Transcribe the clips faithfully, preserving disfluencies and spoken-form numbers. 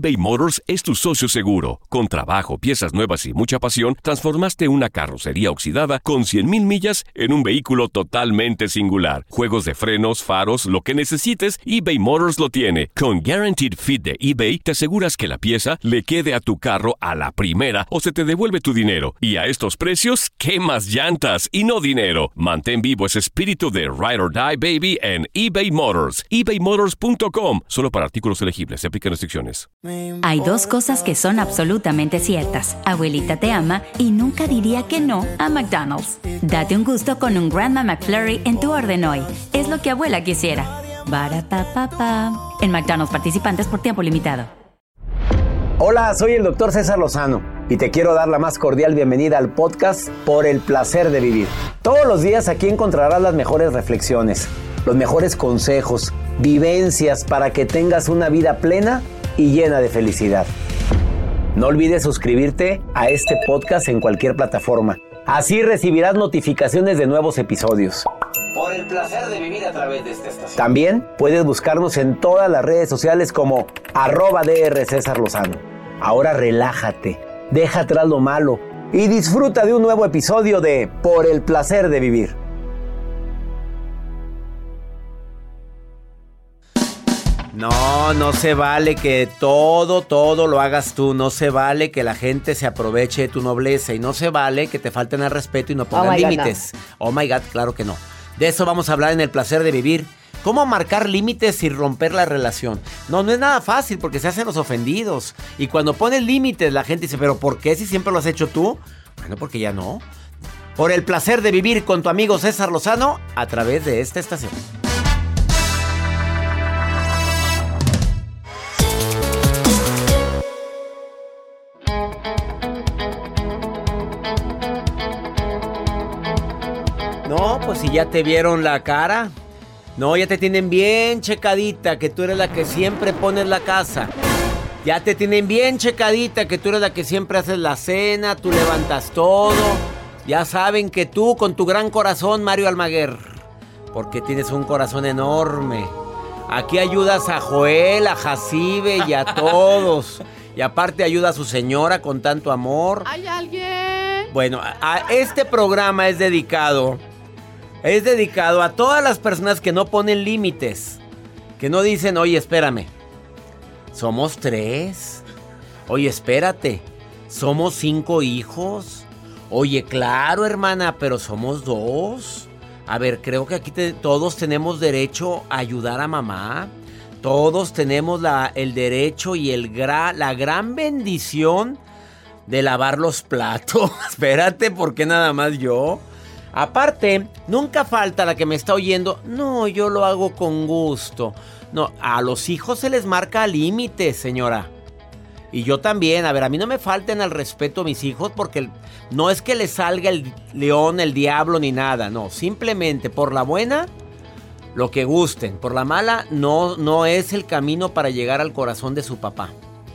eBay Motors es tu socio seguro. Con trabajo, piezas nuevas y mucha pasión, transformaste una carrocería oxidada con cien mil millas en un vehículo totalmente singular. Juegos de frenos, faros, lo que necesites, eBay Motors lo tiene. Con Guaranteed Fit de eBay, te aseguras que la pieza le quede a tu carro a la primera o se te devuelve tu dinero. Y a estos precios, ¿qué más llantas y no dinero? Mantén vivo ese espíritu de Ride or Die, baby, en eBay Motors. ebay motors punto com. Solo para artículos elegibles. Se aplican restricciones. Hay dos cosas que son absolutamente ciertas. Abuelita te ama y nunca diría que no a McDonald's. Date un gusto con un Grandma McFlurry en tu orden hoy. Es lo que abuela quisiera. Barapapapa. En McDonald's participantes por tiempo limitado. Hola, soy el doctor César Lozano y te quiero dar la más cordial bienvenida al podcast Por el Placer de Vivir. Todos los días aquí encontrarás las mejores reflexiones, los mejores consejos, vivencias para que tengas una vida plena y llena de felicidad. No olvides suscribirte a este podcast en cualquier plataforma. Así recibirás notificaciones de nuevos episodios. Por el placer de vivir a través de esta estación. También puedes buscarnos en todas las redes sociales como arroba DR César Lozano. Ahora relájate, deja atrás lo malo y disfruta de un nuevo episodio de Por el Placer de Vivir. No, no se vale que todo, todo lo hagas tú. No se vale que la gente se aproveche de tu nobleza. Y no se vale que te falten al respeto y no pongan oh límites. God, no. Oh my God, claro que no. De eso vamos a hablar en El Placer de Vivir. ¿Cómo marcar límites y romper la relación? No, no es nada fácil porque se hacen los ofendidos. Y cuando pones límites la gente dice, ¿pero por qué si siempre lo has hecho tú? Bueno, porque ya no. Por el placer de vivir con tu amigo César Lozano a través de esta estación. No, pues si ya te vieron la cara. No, ya te tienen bien checadita que tú eres la que siempre pones la casa. Ya te tienen bien checadita que tú eres la que siempre haces la cena, tú levantas todo. Ya saben que tú con tu gran corazón, Mario Almaguer, porque tienes un corazón enorme. Aquí ayudas a Joel, a Jacibe y a todos. Y aparte ayuda a su señora con tanto amor. ¿Hay alguien? Bueno, a este programa es dedicado... Es dedicado a todas las personas que no ponen límites. Que no dicen, oye, espérame. Somos tres. Oye, espérate. Somos cinco hijos. Oye, claro, hermana, pero somos dos. A ver, creo que aquí te, todos tenemos derecho a ayudar a mamá. Todos tenemos la, el derecho y el gra, la gran bendición de lavar los platos. Espérate, ¿por qué nada más yo? Aparte, nunca falta la que me está oyendo. No, yo lo hago con gusto. No, a los hijos se les marca límites, señora. Y yo también. A ver, a mí no me falten al respeto mis hijos porque no es que les salga el león, el diablo ni nada. No, simplemente por la buena, lo que gusten. Por la mala, no, no es el camino para llegar al corazón de su papá.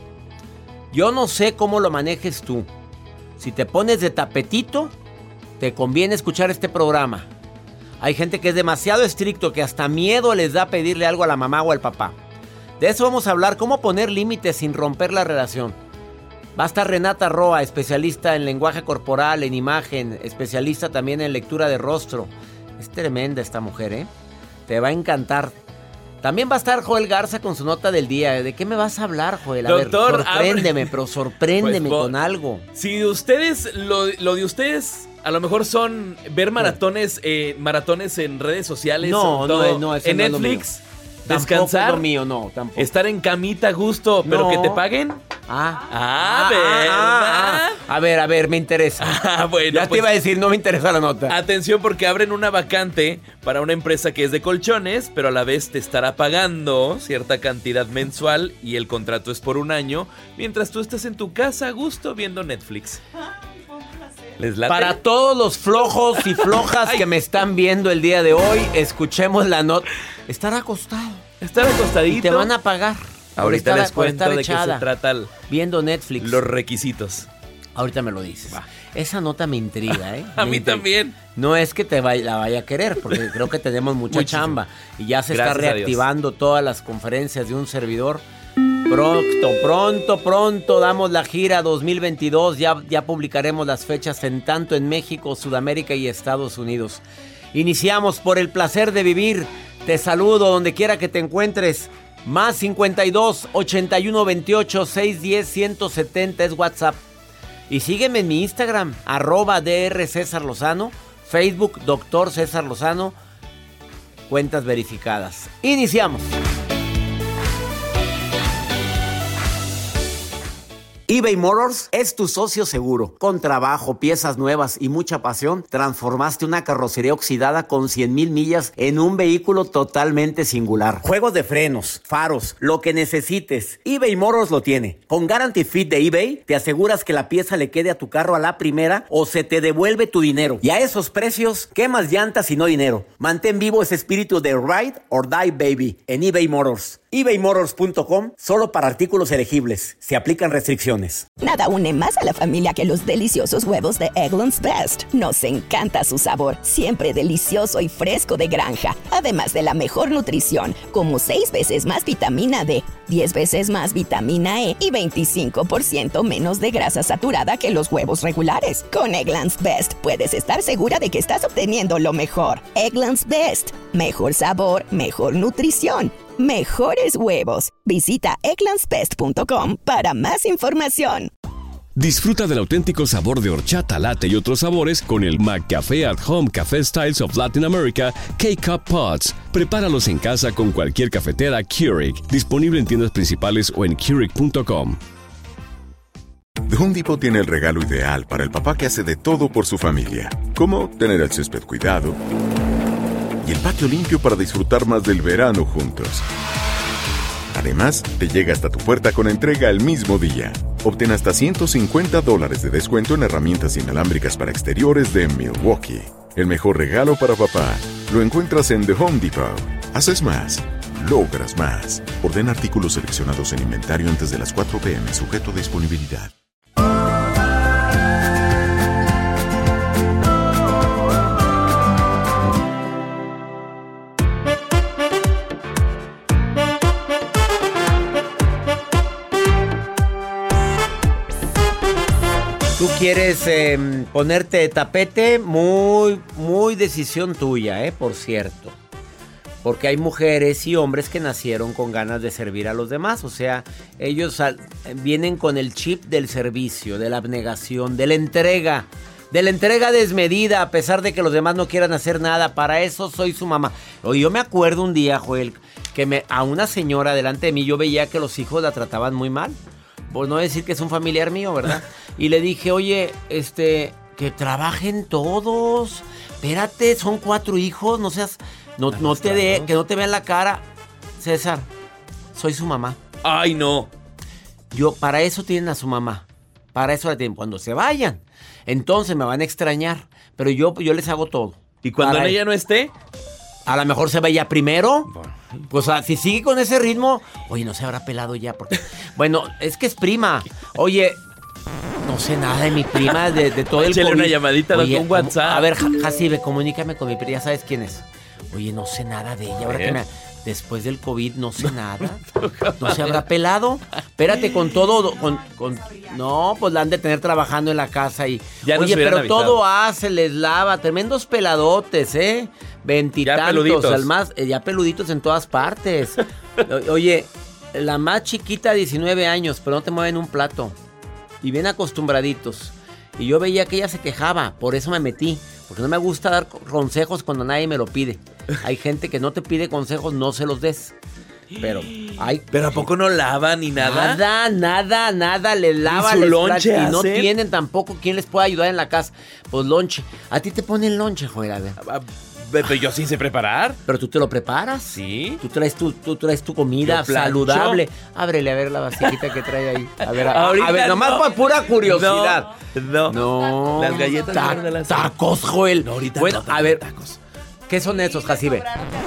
Yo no sé cómo lo manejes tú. Si te pones de tapetito, te conviene escuchar este programa. Hay gente que es demasiado estricto que hasta miedo les da pedirle algo a la mamá o al papá. De eso vamos a hablar, cómo poner límites sin romper la relación. Va a estar Renata Roa, especialista en lenguaje corporal, en imagen, especialista también en lectura de rostro. Es tremenda esta mujer, ¿eh? Te va a encantar. También va a estar Joel Garza con su nota del día. ¿De qué me vas a hablar, Joel? A Doctor, ver, sorpréndeme, abre... pero sorpréndeme pues, con algo. Si ustedes, lo, lo de ustedes, a lo mejor son ver maratones, eh, maratones en redes sociales. No, todo, no, no, eso en no es lo Netflix. mío. Descansar. Tampoco es lo mío, no, tampoco. Estar en camita a gusto, pero No. que te paguen. Ah, Ah, ah, ¿verdad? ah, ah. A ver, a ver, me interesa. Ah, bueno, ya te pues, iba a decir, no me interesa la nota. atención porque abren una vacante para una empresa que es de colchones, pero a la vez te estará pagando cierta cantidad mensual y el contrato es por un año, mientras tú estés en tu casa a gusto viendo Netflix. ¿Les late? Para todos los flojos y flojas que me están viendo el día de hoy, escuchemos la nota. Estar acostado. Estar acostadito. Y te van a pagar. Ahorita estar, les cuento estar de echada, qué se trata el, viendo Netflix. los requisitos. Ahorita me lo dices. Va. Esa nota me intriga, ¿eh? A me mí intriga. también. No es que te vaya, la vaya a querer, porque creo que tenemos mucha Muchísimo. chamba. Y ya se Gracias está reactivando todas las conferencias de un servidor. Pronto, pronto, pronto damos la gira dos mil veintidós. Ya, ya publicaremos las fechas en tanto en México, Sudamérica y Estados Unidos. Iniciamos por el placer de vivir. Te saludo donde quiera que te encuentres. Más cincuenta y dos, ochenta y uno, veintiocho, seiscientos diez, ciento setenta es WhatsApp. Y sígueme en mi Instagram, arroba DR César Lozano, Facebook Doctor César Lozano, cuentas verificadas. Iniciamos. eBay Motors es tu socio seguro. Con trabajo, piezas nuevas y mucha pasión, transformaste una carrocería oxidada con cien mil millas en un vehículo totalmente singular. Juegos de frenos, faros, lo que necesites, eBay Motors lo tiene. Con Guarantee Fit de eBay, te aseguras que la pieza le quede a tu carro a la primera o se te devuelve tu dinero. Y a esos precios, ¿qué más llantas y no dinero? Mantén vivo ese espíritu de Ride or Die Baby en eBay Motors. ebay motors punto com, solo para artículos elegibles. Se aplican restricciones. Nada une más a la familia que los deliciosos huevos de Eggland's Best. Nos encanta su sabor, siempre delicioso y fresco de granja. Además de la mejor nutrición, como seis veces más vitamina D, diez veces más vitamina E y veinticinco por ciento menos de grasa saturada que los huevos regulares. Con Eggland's Best puedes estar segura de que estás obteniendo lo mejor. Eggland's Best. Mejor sabor, mejor nutrición. Mejores huevos. Visita egglands best punto com para más información. Disfruta del auténtico sabor de horchata, latte y otros sabores con el McCafé at Home Café Styles of Latin America K-Cup Pods. Prepáralos en casa con cualquier cafetera Keurig. Disponible en tiendas principales o en Keurig punto com. The Home Depot tiene el regalo ideal para el papá que hace de todo por su familia. Como tener el césped cuidado y el patio limpio para disfrutar más del verano juntos. Además, te llega hasta tu puerta con entrega el mismo día. Obtén hasta ciento cincuenta dólares de descuento en herramientas inalámbricas para exteriores de Milwaukee. El mejor regalo para papá lo encuentras en The Home Depot. Haces más, logras más. Ordena artículos seleccionados en inventario antes de las cuatro p m, sujeto a disponibilidad. Tú quieres eh, ponerte de tapete, muy, muy decisión tuya, eh, por cierto. Porque hay mujeres y hombres que nacieron con ganas de servir a los demás. O sea, ellos al, vienen con el chip del servicio, de la abnegación, de la entrega. De la entrega desmedida, a pesar de que los demás no quieran hacer nada. Para eso soy su mamá. Oye, yo me acuerdo un día, Joel, que me, a una señora delante de mí yo veía que los hijos la trataban muy mal. Por no decir que es un familiar mío, ¿verdad? Y le dije, oye, este, que trabajen todos. Espérate, son cuatro hijos, no seas, no, no te de, que no te vean la cara. César, soy su mamá. Ay, no. Yo, para eso tienen a su mamá. Para eso la tienen. Cuando se vayan, entonces me van a extrañar. Pero yo, yo les hago todo. ¿Y cuando para ella no esté? A lo mejor se vaya primero. Pues si sigue con ese ritmo, oye, no se habrá pelado ya. Porque, bueno, es que es prima. Oye, no sé nada de mi prima, de, de todo el Échale COVID. una llamadita, oye, un WhatsApp. A ver, Jacibe, comunícame con mi prima, ya sabes quién es. Oye, no sé nada de ella. Ahora que me, después del COVID no sé nada. ¿No se habrá pelado? Espérate, con todo, con, con no, pues la han de tener trabajando en la casa y ya oye, pero avisado. todo hace, les lava, tremendos peladotes, ¿eh? Veintitantos, al más, eh, ya peluditos en todas partes. o, oye, la más chiquita, diecinueve años, pero no te mueven un plato. Y bien acostumbraditos. Y yo veía que ella se quejaba, por eso me metí. Porque no me gusta dar consejos cuando nadie me lo pide. Hay gente que no te pide consejos, no se los des. Pero, ay, ¿Pero a poco no lavan ni nada? Nada, nada, nada, le lava, su les lonche platica, y no hacen? tienen tampoco quien les pueda ayudar en la casa. Pues lonche. A ti te ponen lonche, Joel, a ver. Ah, Pero yo sí sé preparar. Pero tú te lo preparas. Sí. Tú traes tu, tú traes tu comida Yo plancho. saludable. Ábrele a ver la vasijita que trae ahí. A ver, a, Ahorita a ver, nomás no. por pura curiosidad. No. No. Las galletas Ta- no me las- tacos, Joel. No, ahorita bueno, no, a ver, tacos. ¿qué son esos, Jacibe?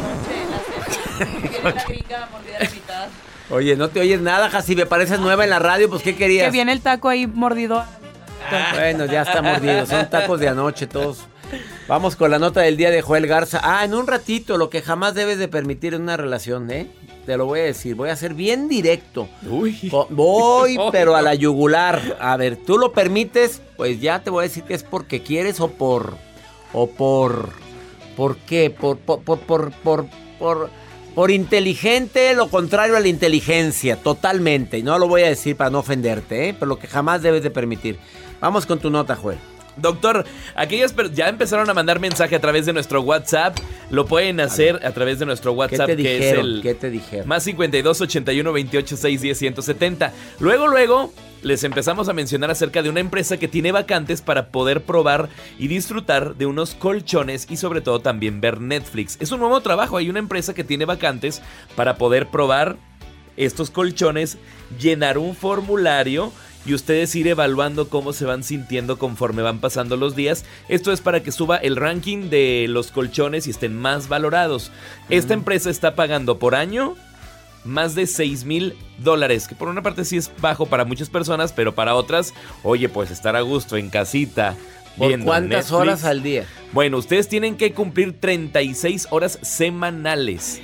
Oye, no te oyes nada, Jacibe. Pareces nueva en la radio, pues ¿qué querías? Que viene el taco ahí mordido. Bueno, ya está mordido. Son tacos de anoche todos. Vamos con la nota del día de Joel Garza. Ah, en un ratito, lo que jamás debes de permitir en una relación, ¿eh? te lo voy a decir, voy a ser bien directo. Uy. Co- Voy, pero a la yugular. A ver, ¿tú lo permites? Pues ya te voy a decir que es porque quieres o por... O por... ¿Por qué? Por... Por... Por... Por... Por... por, por inteligente, lo contrario a la inteligencia, totalmente. Y no lo voy a decir para no ofenderte, ¿eh? Pero lo que jamás debes de permitir. Vamos con tu nota, Joel. Doctor, aquellas per- ya empezaron a mandar mensaje a través de nuestro WhatsApp. Lo pueden hacer a través de nuestro WhatsApp, ¿Qué te que dijeron? es el ¿Qué te dijeron? más cincuenta y dos, ochenta y uno, veintiocho, seiscientos diez, ciento setenta. Luego, luego, les empezamos a mencionar acerca de una empresa que tiene vacantes para poder probar y disfrutar de unos colchones y sobre todo también ver Netflix. Es un nuevo trabajo, hay una empresa que tiene vacantes para poder probar estos colchones, llenar un formulario y ustedes ir evaluando cómo se van sintiendo conforme van pasando los días. Esto es para que suba el ranking de los colchones y estén más valorados. Esta empresa está pagando por año más de seis mil dólares, que por una parte sí es bajo para muchas personas, pero para otras, oye, pues estar a gusto en casita. ¿Por viendo cuántas Netflix. horas al día? Bueno, ustedes tienen que cumplir treinta y seis horas semanales.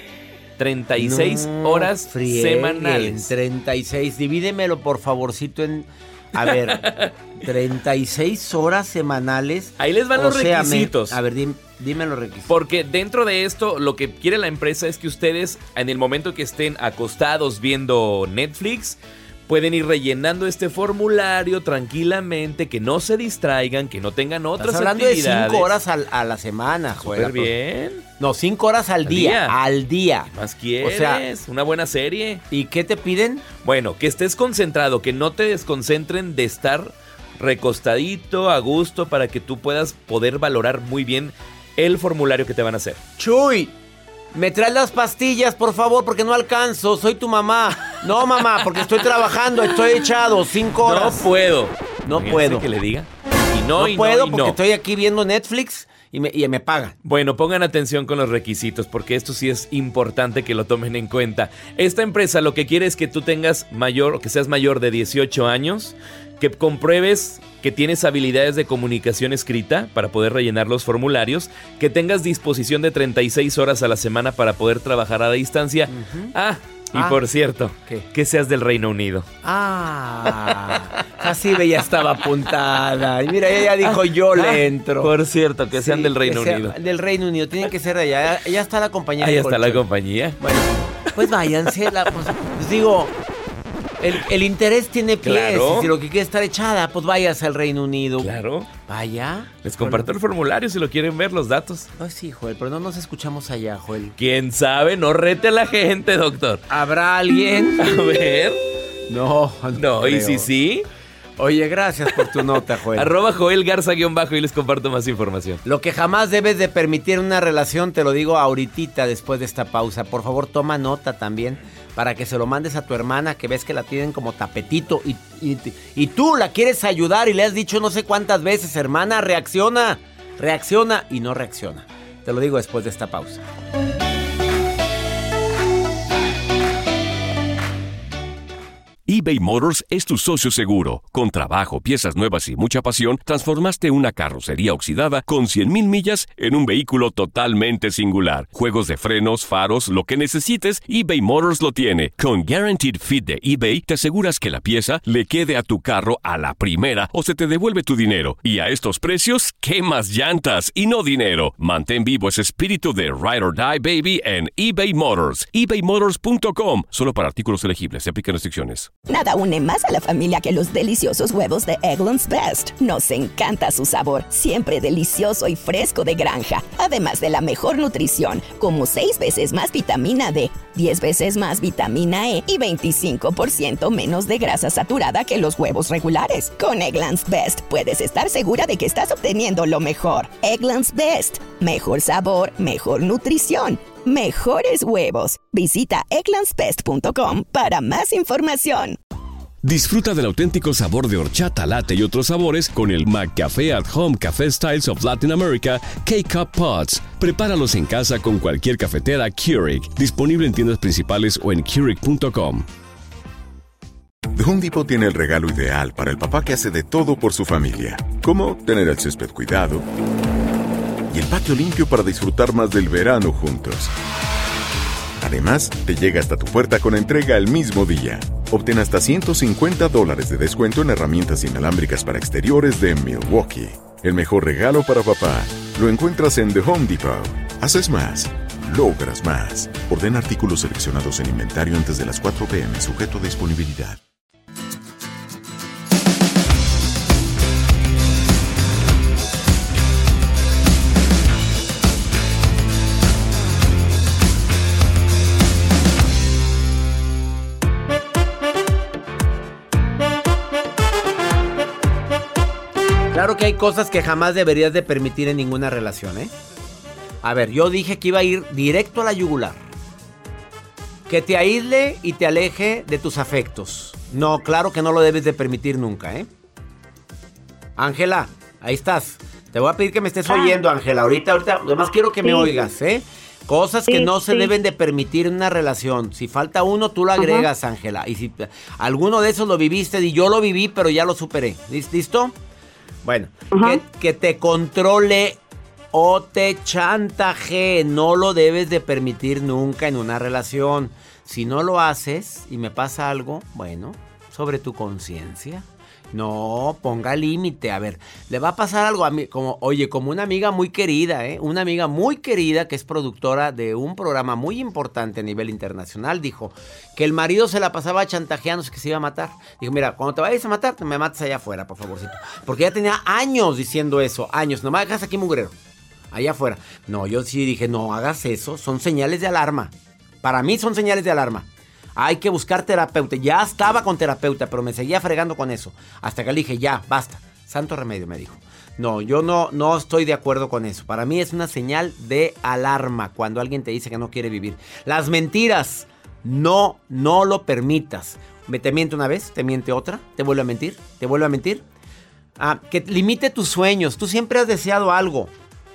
treinta y seis No horas frieguen, semanales. treinta y seis, divídemelo por favorcito en... A ver, treinta y seis horas semanales. Ahí les van o los sea, me- requisitos. a ver, dime, dime los requisitos. Porque dentro de esto, lo que quiere la empresa es que ustedes, en el momento que estén acostados viendo Netflix, pueden ir rellenando este formulario tranquilamente, que no se distraigan, que no tengan otras Estás hablando actividades. de cinco horas al- a la semana, Joel. Súper bien. No, cinco horas al, Al día, día. Al día. ¿Qué más quieres? O sea, una buena serie. ¿y qué te piden? Bueno, que estés concentrado, que no te desconcentren de estar recostadito, a gusto, para que tú puedas poder valorar muy bien el formulario que te van a hacer. Chuy, me traes las pastillas, por favor, porque no alcanzo. Soy tu mamá. No, mamá, porque estoy trabajando, estoy echado cinco No horas. puedo. No Fíjense puedo. que le diga. Y no, No y puedo no, y porque no. estoy aquí viendo Netflix y me, y me pagan. Bueno, pongan atención con los requisitos, porque esto sí es importante que lo tomen en cuenta. Esta empresa lo que quiere es que tú tengas mayor, o que seas mayor de dieciocho años, que compruebes que tienes habilidades de comunicación escrita para poder rellenar los formularios, que tengas disposición de treinta y seis horas a la semana para poder trabajar a distancia. Ah, y Ah. por cierto, ¿Qué? que seas del Reino Unido. Ah, así ve, ya estaba apuntada. Y mira, ella dijo, yo le entro. Por cierto, que sean Sí, del Reino que sea- Unido. Del Reino Unido, tienen que ser de allá. Ya está la compañía. Ahí de está la colchón. compañía. Bueno, pues váyanse. La, pues, pues digo, el, el interés tiene pies. Claro. Y si lo que quiere estar echada, pues váyase al Reino Unido. Claro. Vaya. Les comparto el formulario si lo quieren ver, los datos. Ay, sí, Joel, pero no nos escuchamos allá, Joel. ¿Quién sabe? No rete a la gente, doctor. ¿Habrá alguien? A ver. No, No, y creo. si sí, Oye, gracias por tu nota, Joel. arroba Joel Garza guión bajo y les comparto más información. Lo que jamás debes de permitir en una relación, te lo digo ahorita después de esta pausa. Por favor, toma nota también para que se lo mandes a tu hermana, que ves que la tienen como tapetito y, y, y tú la quieres ayudar y le has dicho no sé cuántas veces, hermana, reacciona, reacciona y no reacciona. Te lo digo después de esta pausa. eBay Motors es tu socio seguro. Con trabajo, piezas nuevas y mucha pasión, transformaste una carrocería oxidada con cien mil millas en un vehículo totalmente singular. Juegos de frenos, faros, lo que necesites, eBay Motors lo tiene. Con Guaranteed Fit de eBay, te aseguras que la pieza le quede a tu carro a la primera o se te devuelve tu dinero. Y a estos precios, ¿qué más llantas y no dinero? Mantén vivo ese espíritu de Ride or Die, baby, en eBay Motors. ebay motors punto com. Solo para artículos elegibles. Se aplican restricciones. Nada une más a la familia que los deliciosos huevos de Eggland's Best. Nos encanta su sabor, siempre delicioso y fresco de granja. Además de la mejor nutrición, como seis veces más vitamina D, diez veces más vitamina E y veinticinco por ciento menos de grasa saturada que los huevos regulares. Con Eggland's Best puedes estar segura de que estás obteniendo lo mejor. Eggland's Best. Mejor sabor, mejor nutrición. Mejores huevos. Visita egglands best punto com para más información. Disfruta del auténtico sabor de horchata, latte y otros sabores con el McCafé at Home Café Styles of Latin America K-Cup Pods. Prepáralos en casa con cualquier cafetera Keurig. Disponible en tiendas principales o en Keurig punto com. The Home Depot tiene el regalo ideal para el papá que hace de todo por su familia. Como tener el césped cuidado y el patio limpio para disfrutar más del verano juntos. Además, te llega hasta tu puerta con entrega el mismo día. Obtén hasta ciento cincuenta dólares de descuento en herramientas inalámbricas para exteriores de Milwaukee. El mejor regalo para papá lo encuentras en The Home Depot. Haces más, logras más. Ordena artículos seleccionados en inventario antes de las cuatro p m, sujeto a disponibilidad. Claro que hay cosas que jamás deberías de permitir en ninguna relación, ¿eh? A ver, yo dije que iba a ir directo a la yugular. Que te aísle y te aleje de tus afectos. No, claro que no lo debes de permitir nunca, ¿eh? Ángela, ahí estás. Te voy a pedir que me estés ah. oyendo, Ángela. Ahorita, ahorita, además quiero que sí. me oigas, ¿eh? Cosas sí, que no se sí. deben de permitir en una relación. Si falta uno, tú lo agregas, uh-huh. Ángela. Y si alguno de esos lo viviste, y yo lo viví, pero ya lo superé. ¿Listo? Bueno, uh-huh. que, que te controle o te chantaje. No lo debes de permitir nunca en una relación. Si no lo haces y me pasa algo, bueno, sobre tu conciencia. No, ponga límite. A ver, le va a pasar algo a mí, como, oye, como una amiga muy querida, ¿eh? Una amiga muy querida que es productora de un programa muy importante a nivel internacional, dijo que el marido se la pasaba chantajeándose que se iba a matar. Dijo, mira, cuando te vayas a matar, me matas allá afuera, por favorcito. Porque ya tenía años diciendo eso, años. No me dejas aquí, mugrero, allá afuera. No, yo sí dije, no hagas eso, son señales de alarma. Para mí son señales de alarma. Hay que buscar terapeuta. Ya estaba con terapeuta, pero me seguía fregando con eso. Hasta que le dije, ya, basta. Santo remedio, me dijo. No, yo no, no estoy de acuerdo con eso. Para mí es una señal de alarma cuando alguien te dice que no quiere vivir. Las mentiras, no, no lo permitas. Te miente una vez, te miente otra, te vuelve a mentir, te vuelve a mentir. Ah, que limite tus sueños. Tú siempre has deseado algo.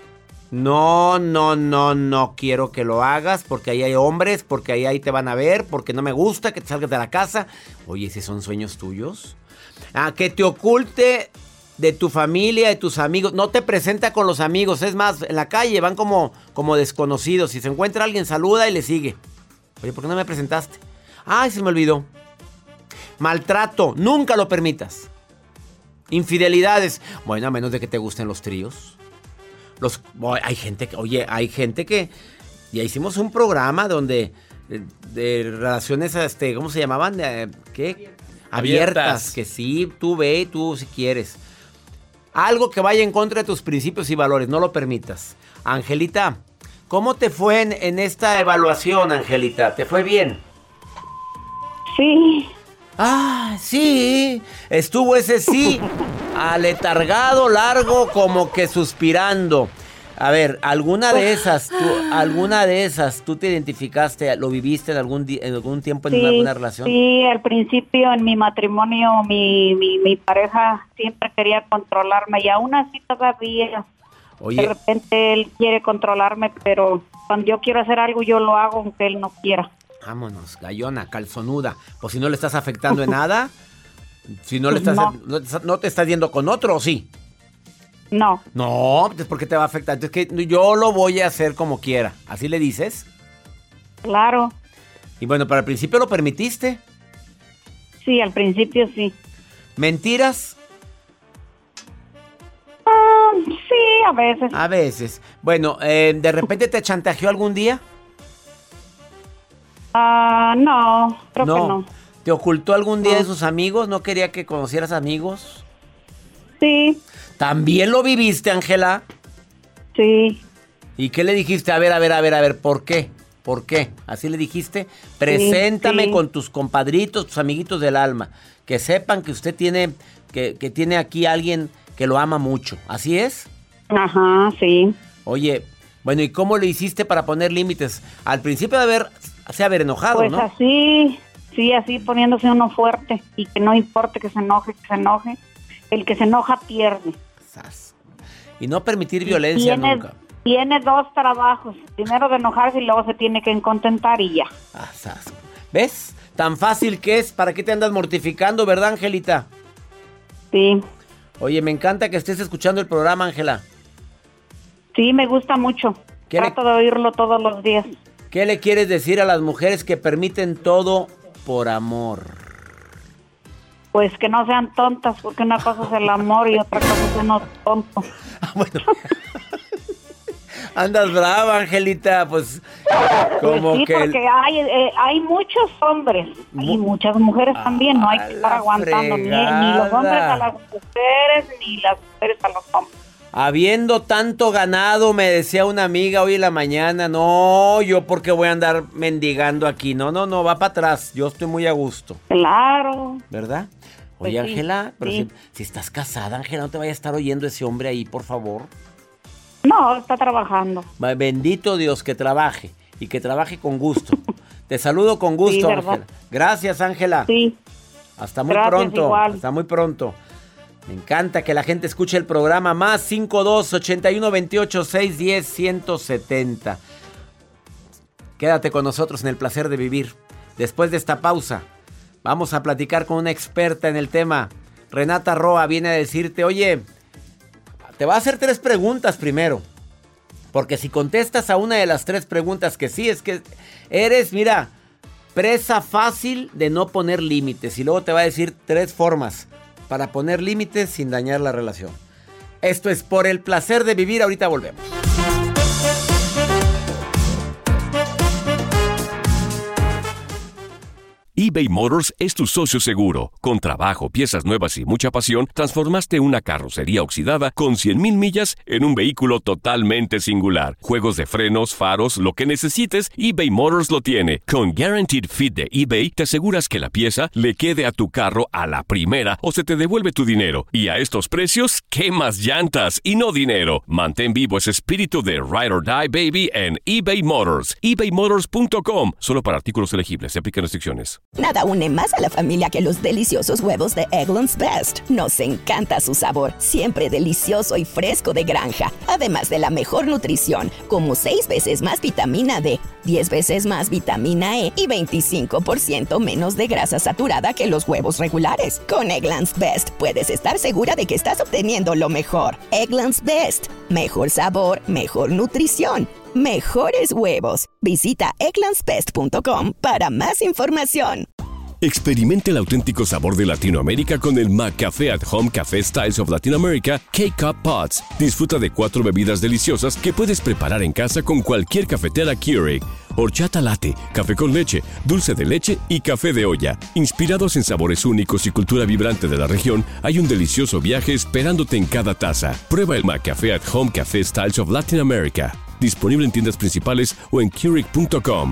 No, no, no, no quiero que lo hagas porque ahí hay hombres, porque ahí, ahí te van a ver, porque no me gusta que te salgas de la casa. Oye, ¿si son sueños tuyos? Ah, que te oculte de tu familia, de tus amigos. No te presenta con los amigos. Es más, en la calle van como, como desconocidos. Si se encuentra alguien, saluda y le sigue. Oye, ¿por qué no me presentaste? Ay, se me olvidó. Maltrato, nunca lo permitas. Infidelidades, bueno, a menos de que te gusten los tríos. Los, hay gente que, oye, hay gente que ya hicimos un programa donde de, de relaciones, este, ¿cómo se llamaban? De, ¿Qué? Abiertas. Abiertas. Que sí, tú ve, tú si quieres. Algo que vaya en contra de tus principios y valores, no lo permitas. Angelita, ¿cómo te fue en, en esta evaluación, Angelita? ¿Te fue bien? Sí. Ah, sí, estuvo ese sí, aletargado, largo, como que suspirando. A ver, ¿alguna de esas, tú, alguna de esas, tú te identificaste, lo viviste en algún, en algún tiempo en sí, alguna relación? Sí, al principio en mi matrimonio, mi, mi, mi pareja siempre quería controlarme y aún así todavía, Oye. de repente él quiere controlarme, pero cuando yo quiero hacer algo yo lo hago aunque él no quiera. Vámonos, gallona, calzonuda. Pues si no le estás afectando en nada, si no le estás, no. No, no te estás yendo con otro, ¿o sí? No. No, pues ¿por qué te va a afectar? Entonces que yo lo voy a hacer como quiera. ¿Así le dices? Claro. Y bueno, ¿para el principio lo permitiste? Sí, al principio sí. ¿Mentiras? Uh, sí, a veces. A veces. Bueno, eh, ¿de repente te chantajeó algún día? Ah, uh, no, creo no. que no. ¿Te ocultó algún día no. de sus amigos? ¿No quería que conocieras amigos? Sí. ¿También lo viviste, Ángela? Sí. ¿Y qué le dijiste? A ver, a ver, a ver, a ver, ¿por qué? ¿Por qué? ¿Así le dijiste? Preséntame sí, sí. con tus compadritos, tus amiguitos del alma. Que sepan que usted tiene, que, que tiene aquí a alguien que lo ama mucho. ¿Así es? Ajá, sí. Oye, bueno, ¿y cómo le hiciste para poner límites? Al principio de haber, se haber enojado, pues ¿no? Pues así, sí, así poniéndose uno fuerte. Y que no importe que se enoje, que se enoje. El que se enoja pierde. Y no permitir violencia tiene, nunca. Tiene dos trabajos. Primero de enojarse y luego se tiene que contentar y ya. ¿Ves? Tan fácil que es. ¿Para qué te andas mortificando, verdad, Angelita? Sí. Oye, me encanta que estés escuchando el programa, Ángela. Sí, me gusta mucho. Trato le... de oírlo todos los días. ¿Qué le quieres decir a las mujeres que permiten todo por amor? Pues que no sean tontas, porque una cosa es el amor y otra cosa es uno tonto. Bueno. Andas brava, Angelita, pues como pues sí, que... porque hay, eh, hay muchos hombres y muchas mujeres también, no hay que estar aguantando ni, ni los hombres a las mujeres, ni las mujeres a los hombres. Habiendo tanto ganado, me decía una amiga hoy en la mañana, no, yo porque voy a andar mendigando aquí, no, no, no, va para atrás, yo estoy muy a gusto. Claro. ¿Verdad? Oye, pues Ángela, sí, pero sí. Si, si estás casada, Ángela, no te vaya a estar oyendo ese hombre ahí, por favor. No, está trabajando. Bendito Dios, que trabaje y que trabaje con gusto. Te saludo con gusto, sí, Ángela. Gracias, Ángela. Sí. Hasta muy Gracias, pronto. Igual. Hasta muy pronto. Me encanta que la gente escuche el programa más cinco dos, ochenta y uno, veintiocho, seiscientos diez, ciento setenta. Quédate con nosotros en el placer de vivir. Después de esta pausa, vamos a platicar con una experta en el tema. Renata Roa viene a decirte, oye, te va a hacer tres preguntas primero. Porque si contestas a una de las tres preguntas que sí, es que eres, mira, presa fácil de no poner límites. Y luego te va a decir tres formas para poner límites sin dañar la relación. Esto es Por el Placer de Vivir. Ahorita volvemos. eBay Motors es tu socio seguro. Con trabajo, piezas nuevas y mucha pasión, transformaste una carrocería oxidada con cien mil millas en un vehículo totalmente singular. Juegos de frenos, faros, lo que necesites, eBay Motors lo tiene. Con Guaranteed Fit de eBay, te aseguras que la pieza le quede a tu carro a la primera o se te devuelve tu dinero. Y a estos precios, ¿qué más llantas y no dinero? Mantén vivo ese espíritu de Ride or Die, baby, en eBay Motors. ebay motors punto com. Solo para artículos elegibles. Se aplican restricciones. Nada une más a la familia que los deliciosos huevos de Eggland's Best. Nos encanta su sabor, siempre delicioso y fresco de granja. Además de la mejor nutrición, como seis veces más vitamina D, diez veces más vitamina E y veinticinco por ciento menos de grasa saturada que los huevos regulares. Con Eggland's Best puedes estar segura de que estás obteniendo lo mejor. Eggland's Best. Mejor sabor, mejor nutrición. Mejores huevos. Visita egglands best punto com para más información. Experimente el auténtico sabor de Latinoamérica con el McCafé at Home Café Styles of Latin America K-Cup Pods. Disfruta de cuatro bebidas deliciosas que puedes preparar en casa con cualquier cafetera Keurig. Horchata latte, café con leche, dulce de leche y café de olla. Inspirados en sabores únicos y cultura vibrante de la región, hay un delicioso viaje esperándote en cada taza. Prueba el McCafé at Home Café Styles of Latin America. Disponible en tiendas principales o en Keurig punto com.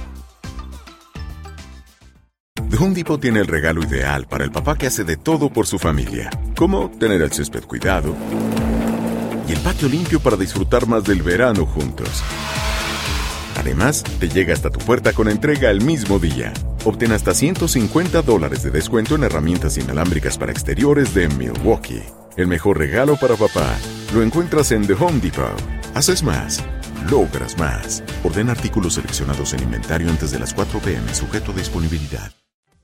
The Home Depot tiene el regalo ideal para el papá que hace de todo por su familia, como tener el césped cuidado y el patio limpio para disfrutar más del verano juntos. Además, te llega hasta tu puerta con entrega el mismo día. Obtén hasta ciento cincuenta dólares de descuento en herramientas inalámbricas para exteriores de Milwaukee. El mejor regalo para papá lo encuentras en The Home Depot. Haces más, logras más. Ordena artículos seleccionados en inventario antes de las cuatro p m, sujeto a disponibilidad.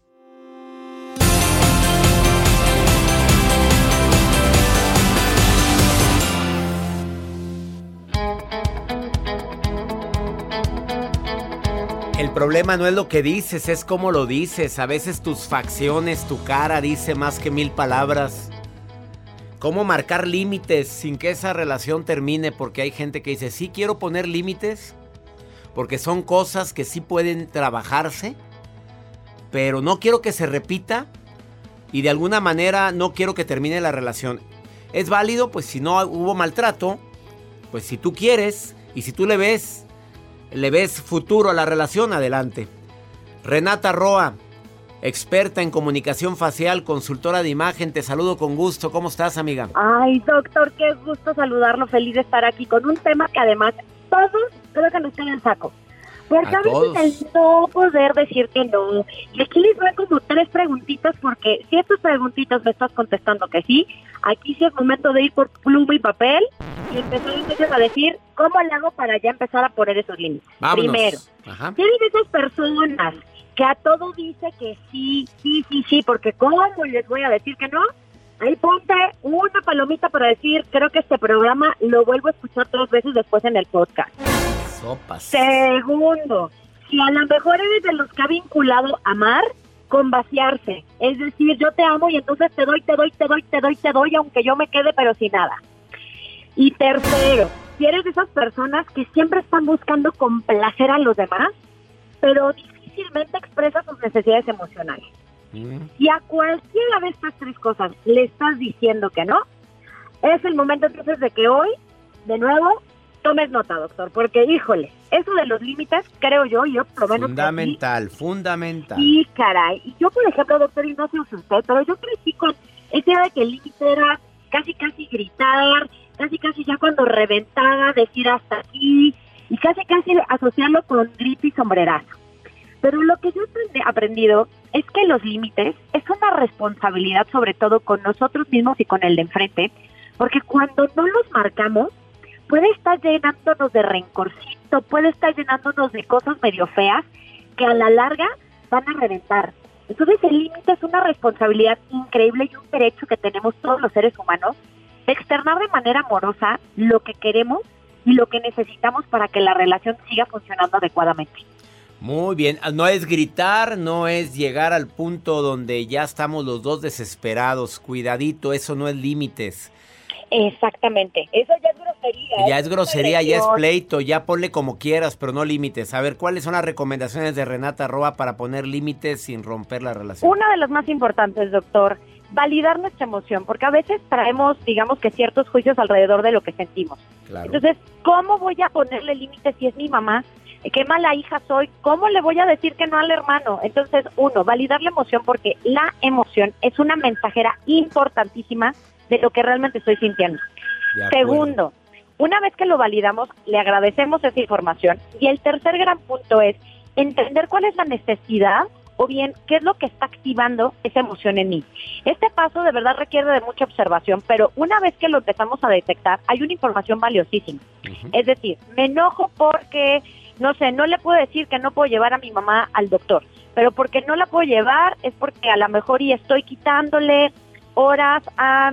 El problema no es lo que dices, es cómo lo dices. A veces tus facciones, tu cara dice más que mil palabras. Cómo marcar límites sin que esa relación termine, porque hay gente que dice, sí quiero poner límites, porque son cosas que sí pueden trabajarse, pero no quiero que se repita y de alguna manera no quiero que termine la relación. Es válido, pues si no hubo maltrato, pues si tú quieres y si tú le ves, le ves futuro a la relación, adelante. Renata Roa, experta en comunicación facial, consultora de imagen, te saludo con gusto. ¿Cómo estás, amiga? Ay, doctor, qué gusto saludarlo, feliz de estar aquí con un tema que además todos creo que nos caen en saco. Porque a, a veces el no poder decir que no. Y aquí les doy como tres preguntitas, porque si estas preguntitas me estás contestando que sí, aquí sí es momento de ir por pluma y papel y empezar entonces a decir cómo le hago para ya empezar a poner esos límites. Vámonos. Primero, Ajá. ¿quién es esas personas que a todo dice que sí, sí, sí, sí, porque cómo les voy a decir que no? Ahí ponte una palomita para decir, creo que este programa lo vuelvo a escuchar tres veces después en el podcast. Sopas. Segundo, si a lo mejor eres de los que ha vinculado amar con vaciarse. Es decir, yo te amo y entonces te doy, te doy, te doy, te doy, te doy, aunque yo me quede pero sin nada. Y tercero, si eres de esas personas que siempre están buscando complacer a los demás, pero difícilmente expresa sus necesidades emocionales. Mm. Y a cualquiera de estas tres cosas le estás diciendo que no, es el momento entonces de que hoy, de nuevo, tomes nota, doctor, porque, híjole, eso de los límites, creo yo, yo por lo menos... Fundamental, crecí, fundamental. Sí, caray. Y yo, por ejemplo, doctor, y no sé usted, pero yo crecí con esa idea de que el límite era casi, casi gritar, casi, casi ya cuando reventaba, decir hasta aquí, y casi, casi asociarlo con grito y sombrerazo. Pero lo que yo he aprendido es que los límites es una responsabilidad, sobre todo con nosotros mismos y con el de enfrente, porque cuando no los marcamos, puede estar llenándonos de rencorcito, puede estar llenándonos de cosas medio feas que a la larga van a reventar. Entonces el límite es una responsabilidad increíble y un derecho que tenemos todos los seres humanos de externar de manera amorosa lo que queremos y lo que necesitamos para que la relación siga funcionando adecuadamente. Muy bien, no es gritar, no es llegar al punto donde ya estamos los dos desesperados. Cuidadito, eso no es límites. Exactamente, eso ya es grosería. Ya es grosería, ya es pleito, ya ponle como quieras, pero no límites. A ver, ¿cuáles son las recomendaciones de Renata Roa para poner límites sin romper la relación? Una de las más importantes, doctor, validar nuestra emoción, porque a veces traemos, digamos que ciertos juicios alrededor de lo que sentimos. Claro. Entonces, ¿cómo voy a ponerle límites si es mi mamá? ¿Qué mala hija soy? ¿Cómo le voy a decir que no al hermano? Entonces, uno, validar la emoción, porque la emoción es una mensajera importantísima de lo que realmente estoy sintiendo. Segundo, una vez que lo validamos, le agradecemos esa información. Y el tercer gran punto es entender cuál es la necesidad o bien qué es lo que está activando esa emoción en mí. Este paso de verdad requiere de mucha observación, pero una vez que lo empezamos a detectar, hay una información valiosísima. Uh-huh. Es decir, me enojo porque, no sé, no le puedo decir que no puedo llevar a mi mamá al doctor, pero porque no la puedo llevar es porque a lo mejor y estoy quitándole horas a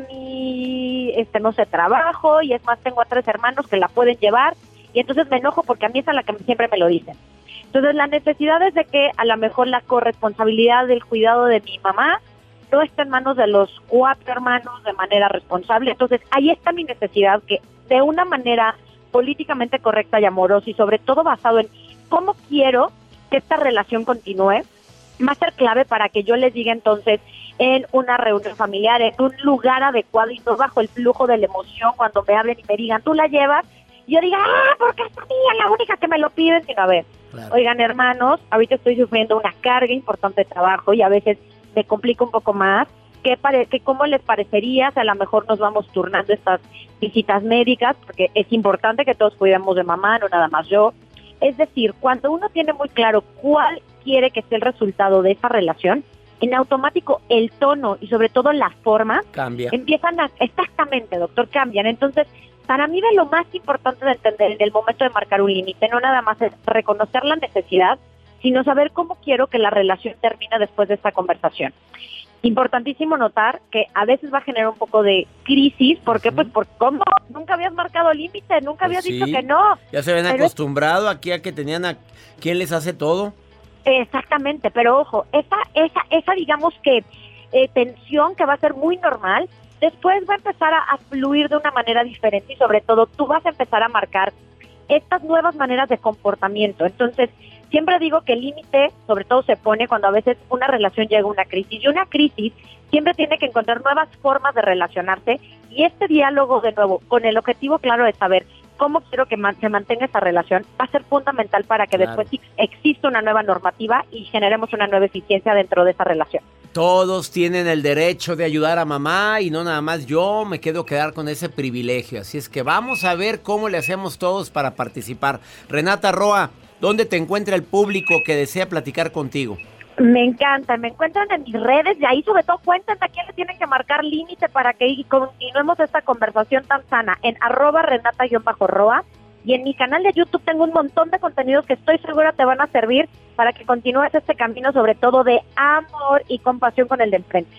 mi, este, no sé, trabajo, y es más, tengo a tres hermanos que la pueden llevar, y entonces me enojo porque a mí es a la que siempre me lo dicen. Entonces la necesidad es de que a lo mejor la corresponsabilidad del cuidado de mi mamá no está en manos de los cuatro hermanos de manera responsable. Entonces ahí está mi necesidad, que de una manera políticamente correcta y amorosa, y sobre todo basado en cómo quiero que esta relación continúe, va a ser clave para que yo les diga entonces en una reunión familiar, en un lugar adecuado y no bajo el flujo de la emoción cuando me hablen y me digan, tú la llevas, y yo diga, ah, porque es mía, la única que me lo piden, sino a ver, claro. Oigan hermanos, ahorita estoy sufriendo una carga importante de trabajo y a veces me complica un poco más, ¿qué, pare- qué, ¿cómo les parecería si a lo mejor nos vamos turnando estas visitas médicas? Porque es importante que todos cuidemos de mamá, no nada más yo. Es decir, cuando uno tiene muy claro cuál quiere que sea el resultado de esa relación, en automático el tono y sobre todo la forma cambia. Empiezan a, exactamente, doctor, cambian. Entonces, para mí de lo más importante de entender en el momento de marcar un límite, no nada más es reconocer la necesidad, sino saber cómo quiero que la relación termine después de esta conversación. Importantísimo notar que a veces va a generar un poco de crisis, porque uh-huh. pues por cómo nunca habías marcado límite, nunca habías pues sí. dicho que no. Ya se habían acostumbrado es... aquí a que tenían a quién les hace todo. Exactamente, pero ojo, esa, esa, esa digamos que eh, tensión que va a ser muy normal, después va a empezar a, a fluir de una manera diferente y sobre todo tú vas a empezar a marcar estas nuevas maneras de comportamiento. Entonces, siempre digo que el límite sobre todo se pone cuando a veces una relación llega a una crisis, y una crisis siempre tiene que encontrar nuevas formas de relacionarse, y este diálogo de nuevo con el objetivo claro de saber cómo quiero que man- se mantenga esa relación va a ser fundamental para que claro. después exista una nueva normativa y generemos una nueva eficiencia dentro de esa relación. Todos tienen el derecho de ayudar a mamá y no nada más yo me quedo quedar con ese privilegio. Así es que vamos a ver cómo le hacemos todos para participar. Renata Roa, ¿dónde te encuentra el público que desea platicar contigo? Me encanta, me encuentran en mis redes, y ahí sobre todo cuéntenme a quién le tienen que marcar límite para que continuemos esta conversación tan sana, en arroba renata-roa, y en mi canal de YouTube tengo un montón de contenidos que estoy segura te van a servir para que continúes este camino sobre todo de amor y compasión con el de enfrente.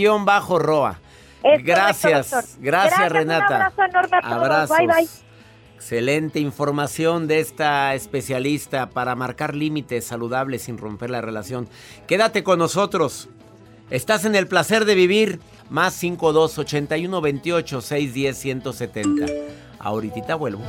Renata-roa. Gracias, correcto, gracias, gracias Renata. Un abrazo enorme a todos. Abrazos. Bye, bye. Excelente información de esta especialista para marcar límites saludables sin romper la relación. Quédate con nosotros. Estás en el placer de vivir. Más cinco dos ochenta y uno veintiocho seiscientos diez ciento setenta. Ahorita vuelvo.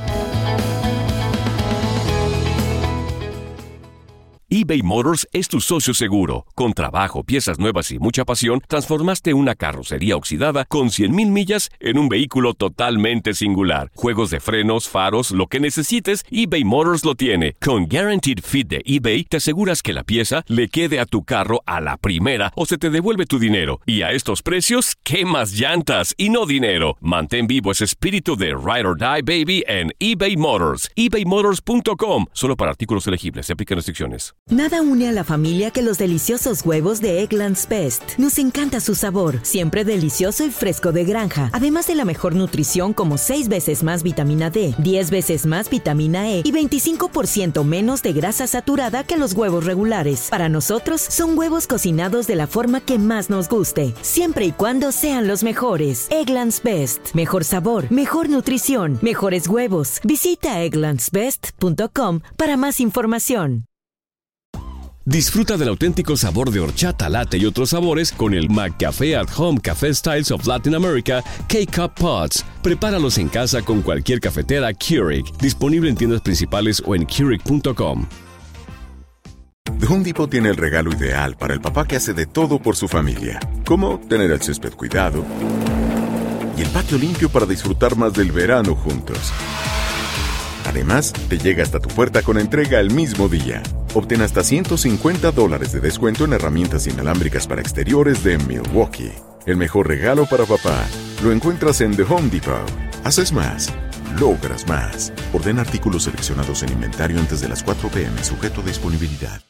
eBay Motors es tu socio seguro. Con trabajo, piezas nuevas y mucha pasión, transformaste una carrocería oxidada con cien mil millas en un vehículo totalmente singular. Juegos de frenos, faros, lo que necesites, eBay Motors lo tiene. Con Guaranteed Fit de eBay, te aseguras que la pieza le quede a tu carro a la primera o se te devuelve tu dinero. Y a estos precios, ¿qué más llantas y no dinero? Mantén vivo ese espíritu de Ride or Die, baby, en eBay Motors. ebay motors punto com. Solo para artículos elegibles. Se aplican restricciones. Nada une a la familia que los deliciosos huevos de Eggland's Best. Nos encanta su sabor, siempre delicioso y fresco de granja. Además de la mejor nutrición como seis veces más vitamina D, diez veces más vitamina E y veinticinco por ciento menos de grasa saturada que los huevos regulares. Para nosotros, son huevos cocinados de la forma que más nos guste, siempre y cuando sean los mejores. Eggland's Best. Mejor sabor, mejor nutrición, mejores huevos. Visita egglands best punto com para más información. Disfruta del auténtico sabor de horchata, latte y otros sabores con el McCafé at Home Café Styles of Latin America K-Cup Pods. Prepáralos en casa con cualquier cafetera Keurig. Disponible en tiendas principales o en Keurig punto com. The Home Depot tiene el regalo ideal para el papá que hace de todo por su familia. Como tener el césped cuidado y el patio limpio para disfrutar más del verano juntos. Además, te llega hasta tu puerta con entrega el mismo día. Obtén hasta ciento cincuenta dólares de descuento en herramientas inalámbricas para exteriores de Milwaukee. El mejor regalo para papá lo encuentras en The Home Depot. Haces más, logras más. Ordena artículos seleccionados en inventario antes de las cuatro p m, sujeto a disponibilidad.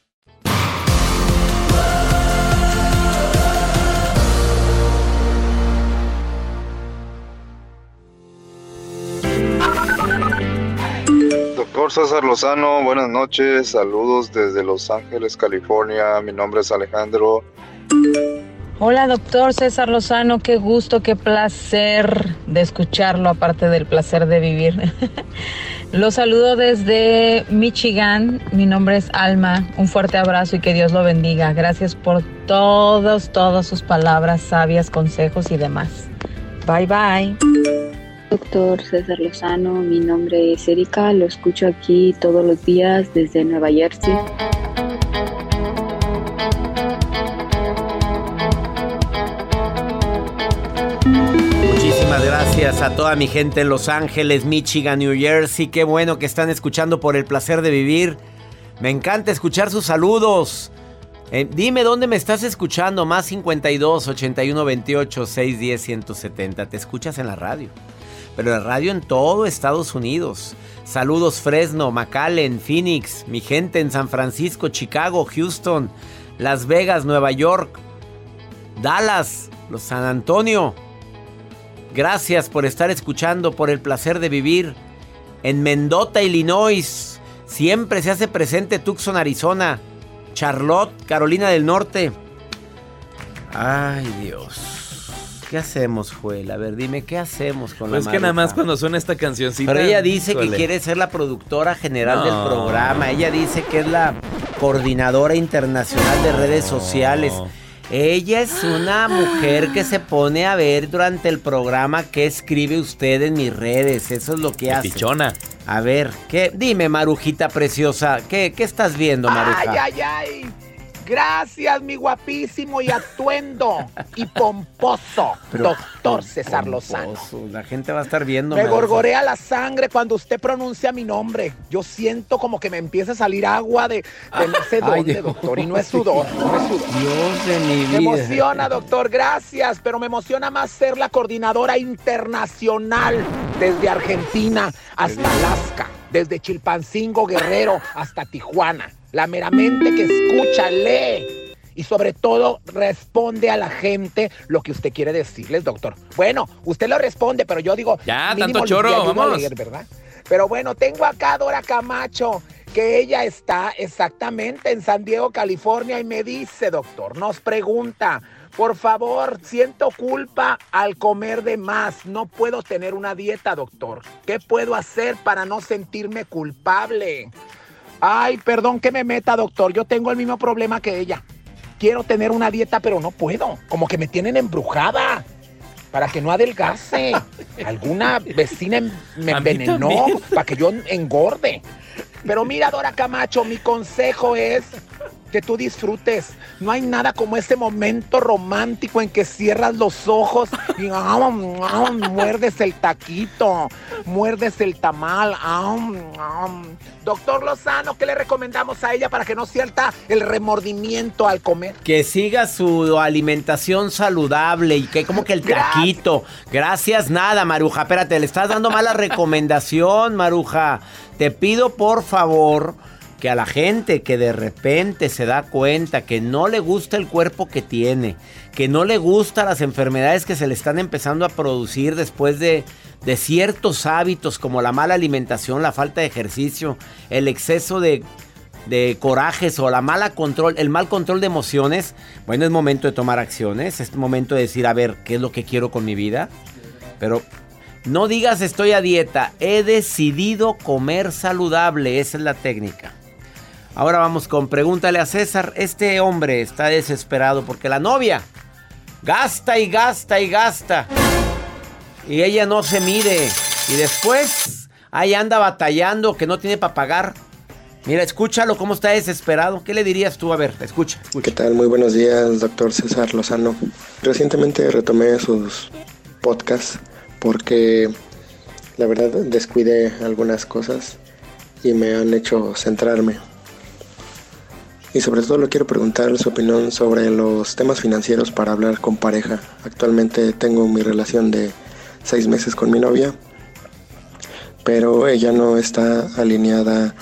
Doctor César Lozano, buenas noches, saludos desde Los Ángeles, California, mi nombre es Alejandro. Hola doctor César Lozano, qué gusto, qué placer de escucharlo, aparte del placer de vivir. Lo saludo desde Michigan, mi nombre es Alma, un fuerte abrazo y que Dios lo bendiga. Gracias por todas, todas sus palabras sabias, consejos y demás. Bye bye. Doctor César Lozano, mi nombre es Erika, lo escucho aquí todos los días desde Nueva Jersey. Muchísimas gracias a toda mi gente en Los Ángeles, Michigan, New Jersey. Qué bueno que están escuchando por el placer de vivir. Me encanta escuchar sus saludos. Eh, dime dónde me estás escuchando. Más cincuenta y dos, ochenta y uno, veintiocho, seiscientos diez, ciento setenta. Te escuchas en la radio. Pero la radio en todo Estados Unidos. Saludos Fresno, McAllen, Phoenix, mi gente en San Francisco, Chicago, Houston, Las Vegas, Nueva York, Dallas, Los San Antonio. Gracias por estar escuchando, por el placer de vivir. En Mendota, Illinois, siempre se hace presente Tucson, Arizona, Charlotte, Carolina del Norte. Ay, Dios. ¿Qué hacemos, Joel? A ver, dime, ¿qué hacemos con pues la Pues que nada más Maruja? cuando suena esta cancioncita... Pero ella dice suele. que quiere ser la productora general No. del programa. Ella dice que es la coordinadora internacional de redes sociales. Ella es una mujer que se pone a ver durante el programa qué escribe usted en mis redes. Eso es lo que hace. Pichona. A ver, ¿qué? Dime, Marujita preciosa. ¿Qué, qué estás viendo, Maruja? Ay, ay, ay. Gracias, mi guapísimo y atuendo y pomposo Pero, doctor César Lozano. Pomposo, la gente va a estar viendo. Me gorgorea la sangre cuando usted pronuncia mi nombre. Yo siento como que me empieza a salir agua de, de no sé Ay, dónde, Dios. doctor. Y no es sudor, no es sudor. Dios de mi vida. Me emociona, doctor, gracias. Pero me emociona más ser la coordinadora internacional desde Argentina hasta Alaska. Desde Chilpancingo, Guerrero, hasta Tijuana. La meramente que escucha, lee y sobre todo responde a la gente lo que usted quiere decirles, doctor. Bueno, usted lo responde, pero yo digo... Ya, mínimo tanto les choro, ayudo a vamos. leer, ¿verdad? Pero bueno, tengo acá a Dora Camacho, que ella está exactamente en San Diego, California, y me dice, doctor, nos pregunta... Por favor, siento culpa al comer de más. No puedo tener una dieta, doctor. ¿Qué puedo hacer para no sentirme culpable? Ay, perdón que me meta, doctor. Yo tengo el mismo problema que ella. Quiero tener una dieta, pero no puedo. Como que me tienen embrujada para que no adelgace. Alguna vecina me envenenó para que yo engorde. Pero mira, Dora Camacho, mi consejo es que tú disfrutes. No hay nada como ese momento romántico en que cierras los ojos y um, um, muerdes el taquito, muerdes el tamal. Um, um. Doctor Lozano, ¿qué le recomendamos a ella para que no sienta el remordimiento al comer? Que siga su alimentación saludable y que como que el taquito. Gracias, Gracias nada, Maruja. Espérate, le estás dando mala recomendación, Maruja. Te pido, por favor, que a la gente que de repente se da cuenta que no le gusta el cuerpo que tiene, que no le gustan las enfermedades que se le están empezando a producir después de, de ciertos hábitos como la mala alimentación, la falta de ejercicio, el exceso de, de corajes o la mala control, el mal control de emociones, bueno, es momento de tomar acciones, es momento de decir, a ver, ¿qué es lo que quiero con mi vida? Pero no digas estoy a dieta, he decidido comer saludable, esa es la técnica. Ahora vamos con pregúntale a César. Este hombre está desesperado porque la novia gasta y gasta y gasta y ella no se mide y después ahí anda batallando que no tiene para pagar. Mira, escúchalo cómo está desesperado. ¿Qué le dirías tú? A ver, escucha, escucha. ¿Qué tal? Muy buenos días, doctor César Lozano. Recientemente retomé sus podcasts porque la verdad descuidé algunas cosas y me han hecho centrarme. Y sobre todo le quiero preguntar su opinión sobre los temas financieros para hablar con pareja. Actualmente tengo mi relación de seis meses con mi novia, pero ella no está alineada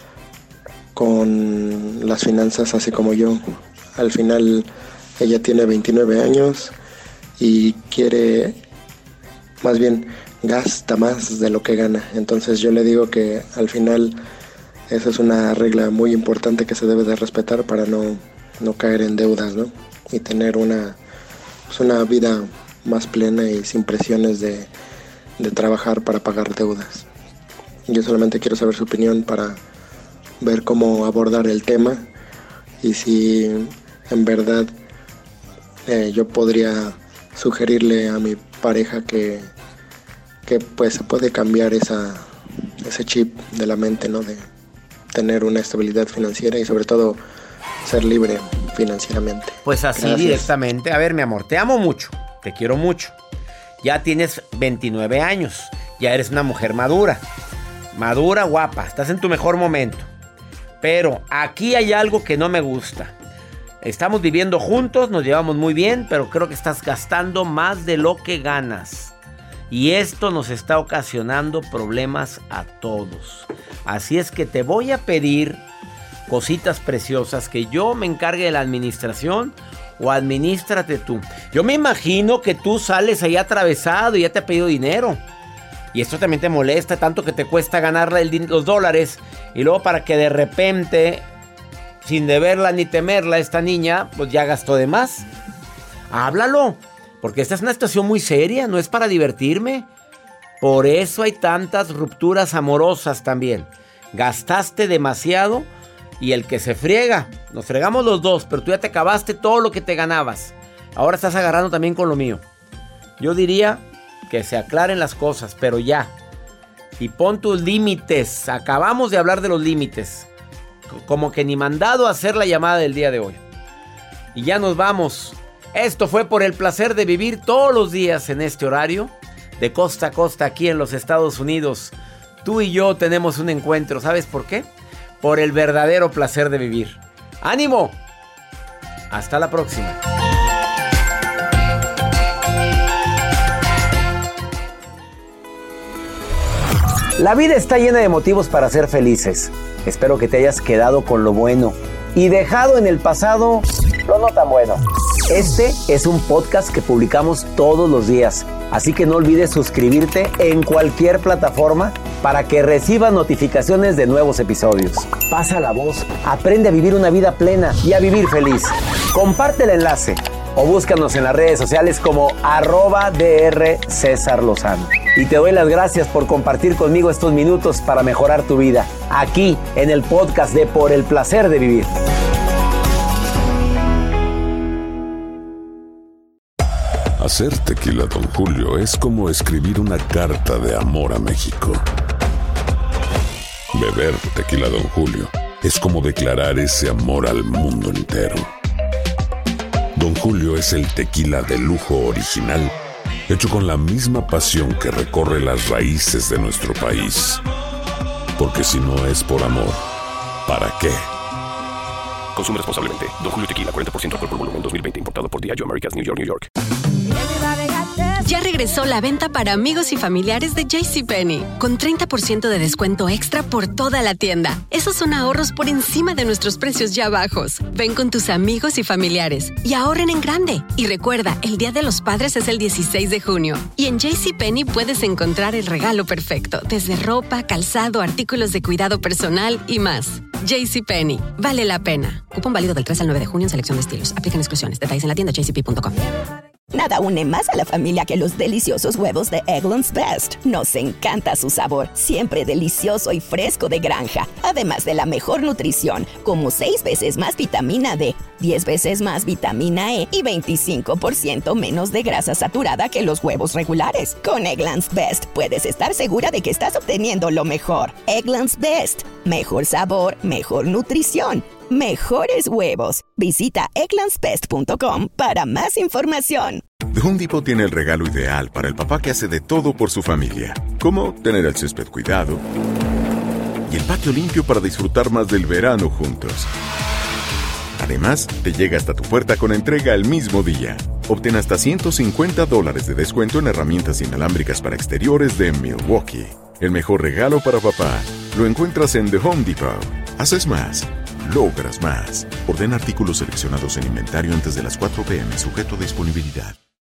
con las finanzas así como yo. Al final ella tiene veintinueve años y quiere, más bien gasta más de lo que gana. Entonces yo le digo que al final esa es una regla muy importante que se debe de respetar para no, no caer en deudas, ¿no? Y tener una, pues una vida más plena y sin presiones de, de trabajar para pagar deudas. Yo solamente quiero saber su opinión para ver cómo abordar el tema y si en verdad eh, yo podría sugerirle a mi pareja que, que pues se puede cambiar esa, ese chip de la mente, ¿no? De tener una estabilidad financiera y sobre todo ser libre financieramente. Pues así Gracias. Directamente. A ver, mi amor, te amo mucho, te quiero mucho. Ya tienes veintinueve años, ya eres una mujer madura, madura, guapa, estás en tu mejor momento. Pero aquí hay algo que no me gusta. Estamos viviendo juntos, nos llevamos muy bien, pero creo que estás gastando más de lo que ganas. Y esto nos está ocasionando problemas a todos. Así es que te voy a pedir cositas preciosas que yo me encargue de la administración o administrate tú. Yo me imagino que tú sales ahí atravesado y ya te ha pedido dinero. Y esto también te molesta tanto que te cuesta ganar el, los dólares. Y luego para que de repente, sin deberla ni temerla, esta niña pues ya gastó de más. Háblalo. Porque esta es una situación muy seria, no es para divertirme. Por eso hay tantas rupturas amorosas también. Gastaste demasiado y el que se friega, nos fregamos los dos, pero tú ya te acabaste todo lo que te ganabas. Ahora estás agarrando también con lo mío. Yo diría que se aclaren las cosas, pero ya. Y pon tus límites. Acabamos de hablar de los límites. Como que ni mandado a hacer la llamada del día de hoy. Y ya nos vamos. Esto fue Por el Placer de Vivir, todos los días en este horario, de costa a costa aquí en los Estados Unidos. Tú y yo tenemos un encuentro, ¿sabes por qué? Por el verdadero placer de vivir. ¡Ánimo! Hasta la próxima. La vida está llena de motivos para ser felices. Espero que te hayas quedado con lo bueno y dejado en el pasado lo no tan bueno. Este es un podcast que publicamos todos los días, así que no olvides suscribirte en cualquier plataforma para que recibas notificaciones de nuevos episodios. Pasa la voz, aprende a vivir una vida plena y a vivir feliz. Comparte el enlace. o búscanos en las redes sociales como arroba DR César Lozano. Y te doy las gracias por compartir conmigo estos minutos para mejorar tu vida, aquí en el podcast de Por el Placer de Vivir. Hacer tequila Don Julio es como escribir una carta de amor a México. Beber tequila Don Julio es como declarar ese amor al mundo entero. Don Julio es el tequila de lujo original, hecho con la misma pasión que recorre las raíces de nuestro país. Porque si no es por amor, ¿para qué? Consume responsablemente. Don Julio Tequila, cuarenta por ciento alcohol por volumen, dos mil veinte, importado por Diageo Americas, New York, New York. Ya regresó la venta para amigos y familiares de JCPenney, con treinta por ciento de descuento extra por toda la tienda. Esos son ahorros por encima de nuestros precios ya bajos. Ven con tus amigos y familiares y ahorren en grande. Y recuerda, el Día de los Padres es el dieciséis de junio. Y en JCPenney puedes encontrar el regalo perfecto, desde ropa, calzado, artículos de cuidado personal y más. JCPenney, vale la pena. Cupón válido del tres al nueve de junio en selección de estilos. Aplican exclusiones. Detalles en la tienda jcp punto com. Nada une más a la familia que los deliciosos huevos de Eggland's Best. Nos encanta su sabor, siempre delicioso y fresco de granja. Además de la mejor nutrición, como seis veces más vitamina D, diez veces más vitamina E y veinticinco por ciento menos de grasa saturada que los huevos regulares. Con Eggland's Best puedes estar segura de que estás obteniendo lo mejor. Eggland's Best. Mejor sabor, mejor nutrición. Mejores huevos. Visita egglands best punto com para más información. The Home Depot tiene el regalo ideal para el papá que hace de todo por su familia, como tener el césped cuidado y el patio limpio para disfrutar más del verano juntos. Además, te llega hasta tu puerta con entrega el mismo día. Obtén hasta ciento cincuenta dólares de descuento en herramientas inalámbricas para exteriores de Milwaukee. El mejor regalo para papá lo encuentras en The Home Depot. Haces más, logras más. Ordena artículos seleccionados en inventario antes de las cuatro p m, sujeto a disponibilidad.